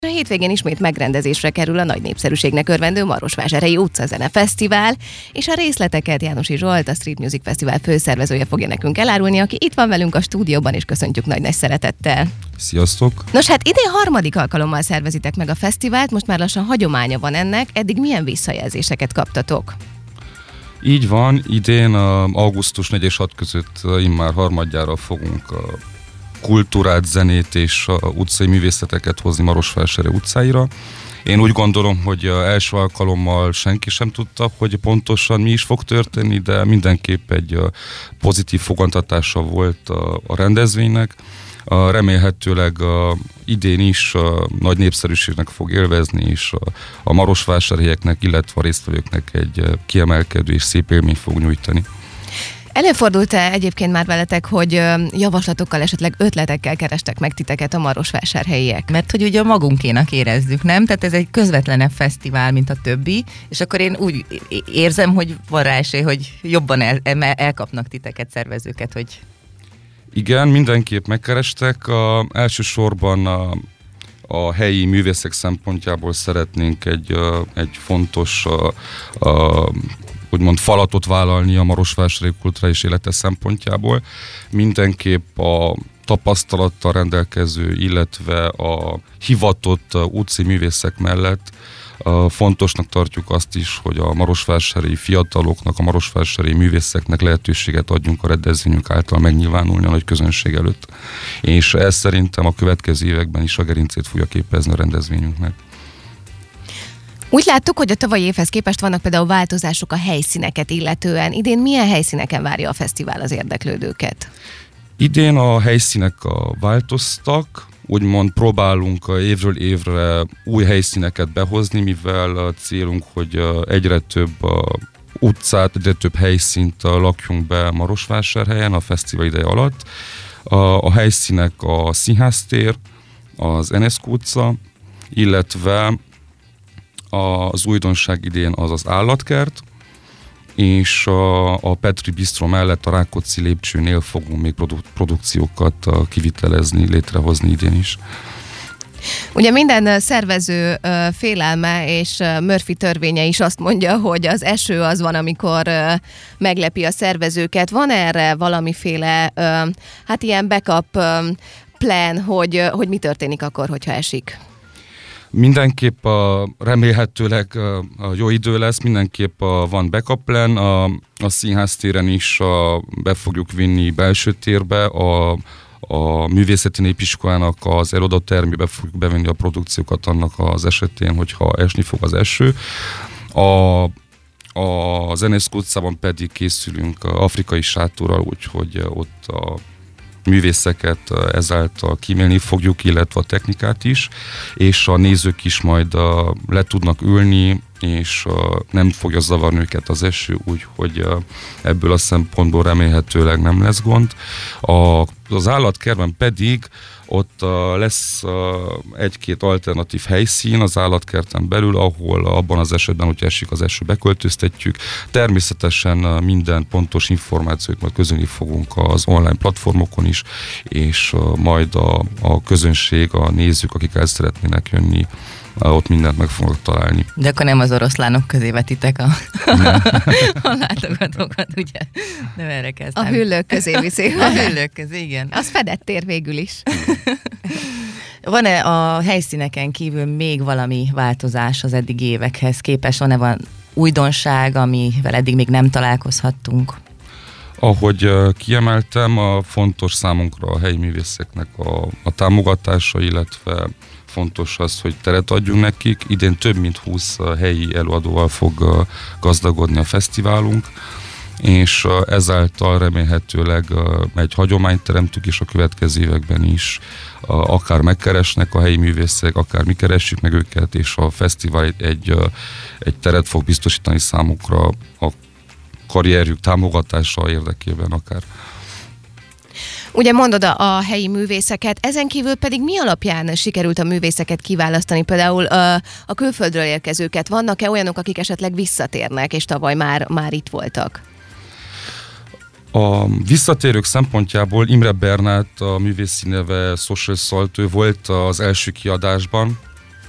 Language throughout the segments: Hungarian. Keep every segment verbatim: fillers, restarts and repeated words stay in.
A hétvégén ismét megrendezésre kerül a nagy népszerűségnek örvendő Marosvásárhelyi Utcazene Fesztivál, és a részleteket Jánosi Zsolt, a Street Music Fesztivál főszervezője fogja nekünk elárulni, aki itt van velünk a stúdióban, és köszöntjük nagy-nagy szeretettel. Sziasztok! Nos, hát idén harmadik alkalommal szervezitek meg a fesztivált, most már lassan hagyománya van ennek, eddig milyen visszajelzéseket kaptatok? Így van, idén augusztus negyedike és hat között immár harmadjára fogunk kultúrát, zenét és utcai művészeteket hozni Marosvásárhely utcáira. Én úgy gondolom, hogy első alkalommal senki sem tudta, hogy pontosan mi is fog történni, de mindenképp egy pozitív fogadtatása volt a rendezvénynek. Remélhetőleg idén is nagy népszerűségnek fog élvezni, és a marosvásárhelyieknek, illetve a résztvevőknek egy kiemelkedő és szép élményt fog nyújtani. Előfordult-e egyébként már veletek, hogy javaslatokkal, esetleg ötletekkel kerestek meg titeket a marosvásárhelyiek? Mert hogy ugye magunkénak érezzük, nem? Tehát ez egy közvetlenebb fesztivál, mint a többi, és akkor én úgy érzem, hogy van rá esély, hogy jobban el, elkapnak titeket, szervezőket, hogy... Igen, mindenképp megkerestek. A, elsősorban a, a helyi művészek szempontjából szeretnénk egy, egy fontos a, a, úgymond falatot vállalni a marosvásárhelyi kulturális élete szempontjából. Mindenképp a tapasztalattal rendelkező, illetve a hivatott utcai művészek mellett fontosnak tartjuk azt is, hogy a marosvásárhelyi fiataloknak, a marosvásárhelyi művészeknek lehetőséget adjunk a rendezvényünk által megnyilvánulni a nagy közönség előtt. És ez szerintem a következő években is a gerincét fogja képezni a rendezvényünknek. Úgy láttuk, hogy a tavalyi évhez képest vannak például változások a helyszíneket illetően. Idén milyen helyszíneken várja a fesztivál az érdeklődőket? Idén a helyszínek változtak, úgymond próbálunk évről évre új helyszíneket behozni, mivel a célunk, hogy egyre több utcát, egyre több helyszínt lakjunk be Marosvásárhelyen a fesztivál ideje alatt. A, a helyszínek a Színháztér, az en es ká utca, illetve az újdonság idén az az Állatkert, és a, a Petri Bistro mellett a Rákóczi lépcsőnél fogunk még produ- produkciókat kivitelezni, létrehozni idén is. Ugye minden szervező félelme és Murphy törvénye is azt mondja, hogy az eső az van, amikor meglepi a szervezőket. Van erre valamiféle, hát ilyen backup plan, hogy, hogy mi történik akkor, hogyha esik? Mindenképp a, remélhetőleg a jó idő lesz, mindenképp a, van backup plan, a, a Színháztéren is a, be fogjuk vinni belső térbe, a, a Művészeti Népiskolának az előadótermébe fogjuk bevenni a produkciókat annak az esetén, hogyha esni fog az eső. A, az en es ká utcában pedig készülünk afrikai sátorral, úgyhogy ott a művészeket ezáltal kímélni fogjuk, illetve a technikát is, és a nézők is majd le tudnak ülni, és nem fogja zavarni őket az eső, úgyhogy ebből a szempontból remélhetőleg nem lesz gond. A, az állatkertben pedig ott lesz egy-két alternatív helyszín az állatkerten belül, ahol abban az esetben, hogy esik az eső, beköltöztetjük. Természetesen minden pontos információt majd közölni fogunk az online platformokon is, és majd a, a közönség, a nézők, akik el szeretnének jönni, ott mindent meg fogok találni. De akkor nem az oroszlánok közé vetitek a, a látogatókat, ugye? Nem erre kezdtem. A hüllők közé viszi. A hüllők közé, igen. Az fedett tér végül is. Van-e a helyszíneken kívül még valami változás az eddigi évekhez képest? Van-e van újdonság, amivel eddig még nem találkozhattunk? Ahogy kiemeltem, a fontos számunkra a helyi művészeknek a, a támogatása, illetve fontos az, hogy teret adjunk nekik. Idén több mint húsz helyi előadóval fog gazdagodni a fesztiválunk, és ezáltal remélhetőleg egy hagyományt teremtünk, és a következő években is akár megkeresnek a helyi művészek, akár mi keressük meg őket, és a fesztivál egy, egy teret fog biztosítani számukra a karrierjük támogatása érdekében akár. Ugye mondod a, a helyi művészeket, ezen kívül pedig mi alapján sikerült a művészeket kiválasztani? Például a, a külföldről érkezőket. Vannak-e olyanok, akik esetleg visszatérnek, és tavaly már, már itt voltak? A visszatérők szempontjából Imre Bernát, a művészi neve Social Salt, ő volt az első kiadásban,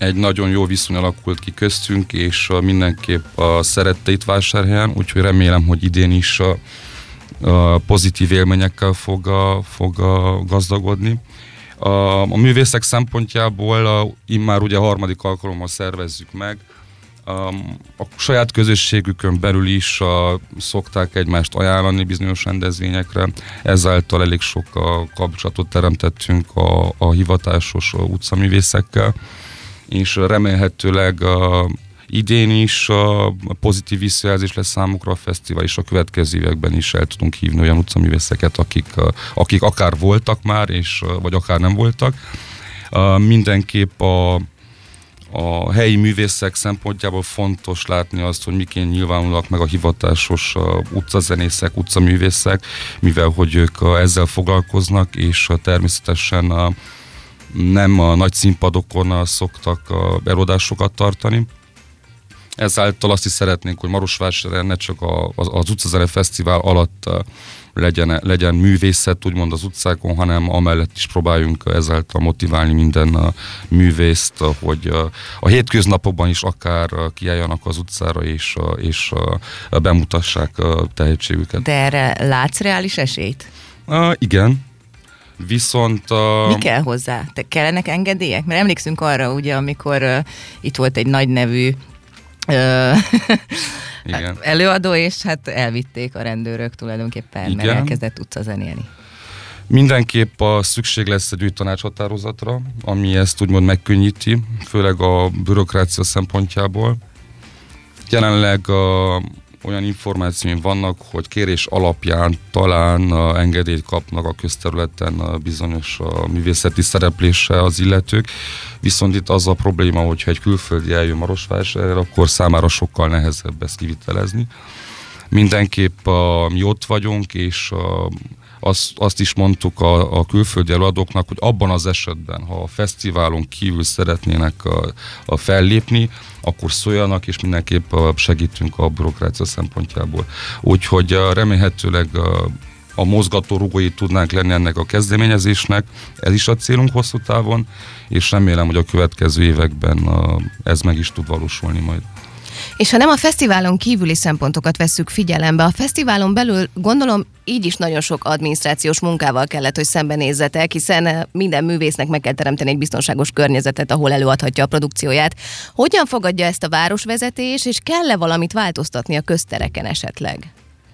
egy nagyon jó viszony alakult ki köztünk, és mindenképp szerette itt Vásárhelyen, úgyhogy remélem, hogy idén is pozitív élményekkel fog, fog gazdagodni. A, a művészek szempontjából a, immár ugye a harmadik alkalommal szervezzük meg. A, a saját közösségükön belül is a, szokták egymást ajánlani bizonyos rendezvényekre, ezáltal elég sok a, kapcsolatot teremtettünk a, a hivatásos a utcaművészekkel, és remélhetőleg a, idén is a pozitív visszajelzés lesz számukra a fesztivál, és a következő években is el tudunk hívni olyan utcaművészeket, akik, akik akár voltak már, és, vagy akár nem voltak. Mindenképp a, a helyi művészek szempontjából fontos látni azt, hogy miként nyilvánulnak meg a hivatásos utcazenészek, utcaművészek, mivel hogy ők ezzel foglalkoznak, és természetesen a, nem a nagy színpadokon szoktak előadásokat tartani. Ezáltal azt is szeretnénk, hogy Marosvásárhelyen ne csak a, az, az utcazene fesztivál alatt legyen, legyen művészet, úgymond az utcákon, hanem amellett is próbáljunk ezáltal motiválni minden a művészt, hogy a, a hétköznapokban is akár kiálljanak az utcára, és, és bemutassák a tehetségüket. De erre látsz reális esélyt? Uh, igen. Viszont... Uh... Mi kell hozzá? Te kellenek engedélyek? Mert emlékszünk arra, ugye, amikor uh, itt volt egy nagy nevű igen. előadó, és hát elvitték a rendőrök tulajdonképpen, igen. mert elkezdett utcazenélni. Mindenképp a szükség lesz egy új tanácshatározatra, ami ezt úgymond megkönnyíti, főleg a bürokrácia szempontjából. Jelenleg a olyan információim vannak, hogy kérés alapján talán a engedélyt kapnak a közterületen a bizonyos a művészeti szereplése az illetők, viszont itt az a probléma, hogyha egy külföldi eljön Marosvásárhelyre, akkor számára sokkal nehezebb ezt kivitelezni. Mindenképp a, mi ott vagyunk, és a, azt, azt is mondtuk a, a külföldi előadóknak, hogy abban az esetben, ha a fesztiválon kívül szeretnének a, a fellépni, akkor szóljanak, és mindenképp segítünk a bürokrácia szempontjából. Úgyhogy remélhetőleg a, a mozgatórugói tudnánk lenni ennek a kezdeményezésnek, ez is a célunk hosszú távon, és remélem, hogy a következő években a, ez meg is tud valósulni majd. És ha nem a fesztiválon kívüli szempontokat vesszük figyelembe, a fesztiválon belül gondolom így is nagyon sok adminisztrációs munkával kellett, hogy szembenézzetek, hiszen minden művésznek meg kell teremteni egy biztonságos környezetet, ahol előadhatja a produkcióját. Hogyan fogadja ezt a városvezetés, és kell-e valamit változtatni a köztereken esetleg?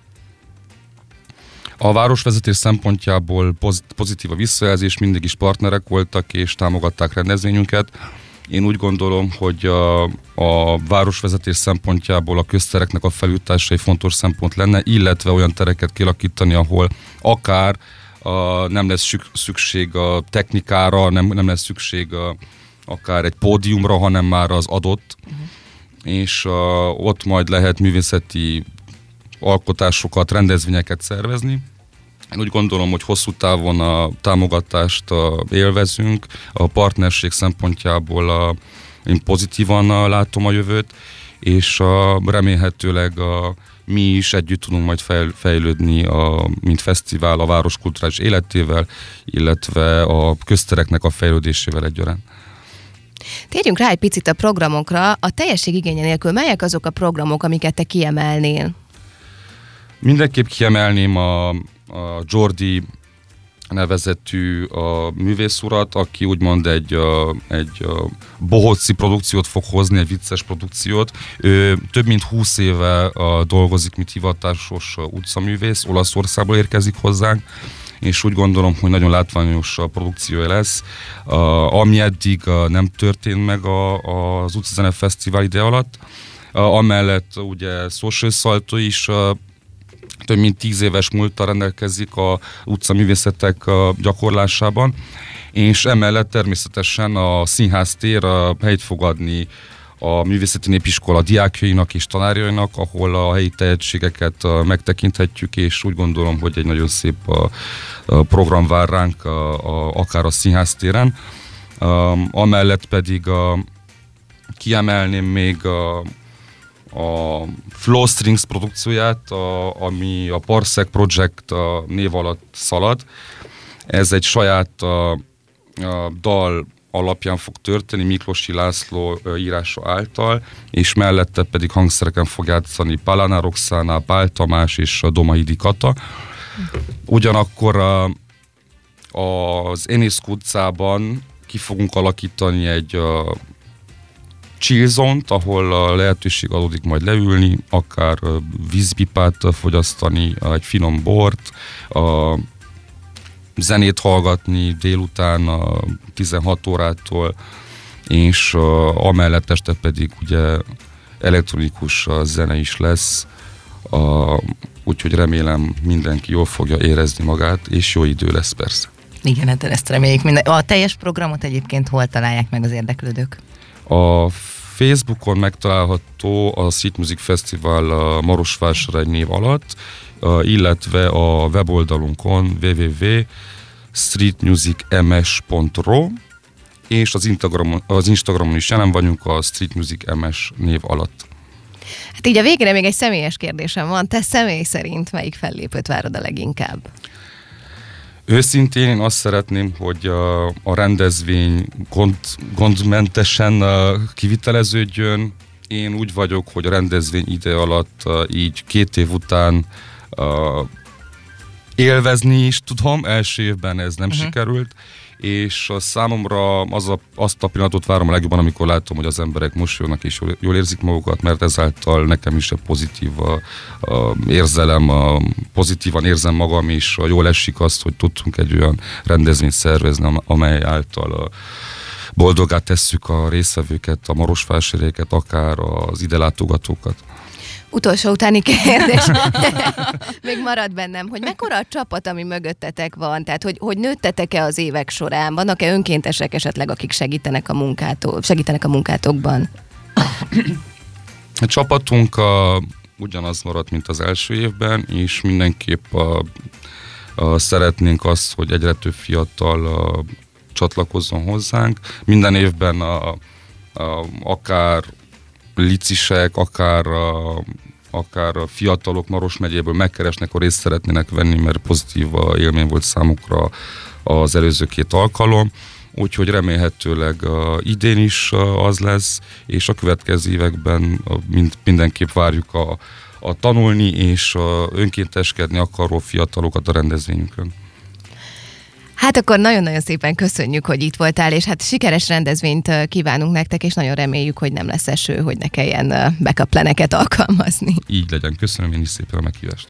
A városvezetés szempontjából pozitív a visszajelzés, mindig is partnerek voltak és támogatták rendezvényünket. Én úgy gondolom, hogy a, a városvezetés szempontjából a köztereknek a felújítása egy fontos szempont lenne, illetve olyan tereket kialakítani, ahol akár a, nem lesz szükség a technikára, nem, nem lesz szükség a, akár egy pódiumra, hanem már az adott, uh-huh. és a, ott majd lehet művészeti alkotásokat, rendezvényeket szervezni. Én úgy gondolom, hogy hosszú távon a támogatást élvezünk, a partnerség szempontjából a, én pozitívan látom a jövőt, és a, remélhetőleg a, mi is együtt tudunk majd fejlődni, a, mint fesztivál, a város kulturális életével, illetve a köztereknek a fejlődésével egyaránt. Térjünk rá egy picit a programokra. A teljesség igénye nélkül melyek azok a programok, amiket te kiemelnél? Mindenképp kiemelném a a Jordi nevezetű a művészurat, aki úgymond egy, a, egy a bohóci produkciót fog hozni, egy vicces produkciót. Ő több mint húsz éve a, dolgozik, mint hivatásos utcaművész, Olaszországból érkezik hozzánk, és úgy gondolom, hogy nagyon látványos a produkciója lesz, a, ami eddig a, nem történt meg a, a, az Utcazene Fesztivál ide alatt. A, amellett ugye Social Salto is a, több mint tíz éves múlttal rendelkezik a utcaművészetek gyakorlásában, és emellett természetesen a színháztér a helyt fog adni a Művészeti Népiskola diákjainak és tanárjainak, ahol a helyi tehetségeket megtekinthetjük, és úgy gondolom, hogy egy nagyon szép program vár ránk a, a, akár a színháztéren. Amellett pedig a, kiemelném még a a Flow Strings produkcióját, a, ami a Parsec Project a név alatt szalad. Ez egy saját a, a dal alapján fog történni, Miklósi László írása által, és mellette pedig hangszereken fog játszani Palana Roxana, Pál Tamás és Domaidi Kata. Ugyanakkor a, az Enészk utcában ki fogunk alakítani egy a, chill zone-t, ahol a lehetőség adódik majd leülni, akár vízpipát fogyasztani, egy finom bort, a zenét hallgatni délután a tizenhat órától, és uh, amellett este pedig ugye elektronikus zene is lesz, uh, úgyhogy remélem mindenki jól fogja érezni magát, és jó idő lesz persze. Igen, hát ezt reméljük. Minden. A teljes programot egyébként hol találják meg az érdeklődők? A Facebookon megtalálható a Street Music Festival a Marosvásárhely név alatt, illetve a weboldalunkon double-u double-u double-u pont street music m s pont r o, és az Instagramon, az Instagramon is jelen vagyunk a Street Music em es név alatt. Hát így a végére még egy személyes kérdésem van. Te személy szerint melyik fellépőt várod a leginkább? Őszintén én azt szeretném, hogy a, a rendezvény gond, gondmentesen kiviteleződjön. Én úgy vagyok, hogy a rendezvény ide alatt így két év után uh, élvezni is tudom. Első évben ez nem uh-huh. sikerült, és a számomra az a, azt a pillanatot várom a legjobban, amikor látom, hogy az emberek mosolyognak és jól, jól érzik magukat, mert ezáltal nekem is a pozitív a, a érzelem, a pozitívan érzem magam, és jól esik azt, hogy tudtunk egy olyan rendezvényt szervezni, amely által a boldogát tesszük a résztvevőket, a marosvásárhelyeket, akár az ide látogatókat. Utolsó utáni kérdés. Még marad bennem, hogy mekkora a csapat, ami mögöttetek van? Tehát, hogy, hogy nőttetek-e az évek során? Vannak-e önkéntesek esetleg, akik segítenek a, munkátó, segítenek a munkátokban? A csapatunk a, ugyanaz maradt, mint az első évben, és mindenképp a, a, szeretnénk azt, hogy egyre több fiatal a, csatlakozzon hozzánk. Minden évben a, a, akár licisek, akár a, akár a fiatalok Maros megyéből megkeresnek, ha részt szeretnének venni, mert pozitív élmény volt számukra az előző két alkalom. Úgyhogy remélhetőleg uh, idén is uh, az lesz, és a következő években uh, mind, mindenképp várjuk a, a tanulni és uh, önkénteskedni akaró fiatalokat a rendezvényünkön. Hát akkor nagyon-nagyon szépen köszönjük, hogy itt voltál, és hát sikeres rendezvényt kívánunk nektek, és nagyon reméljük, hogy nem lesz eső, hogy ne kelljen backup pleneket alkalmazni. Így legyen. Köszönöm én is szépen a meghívást.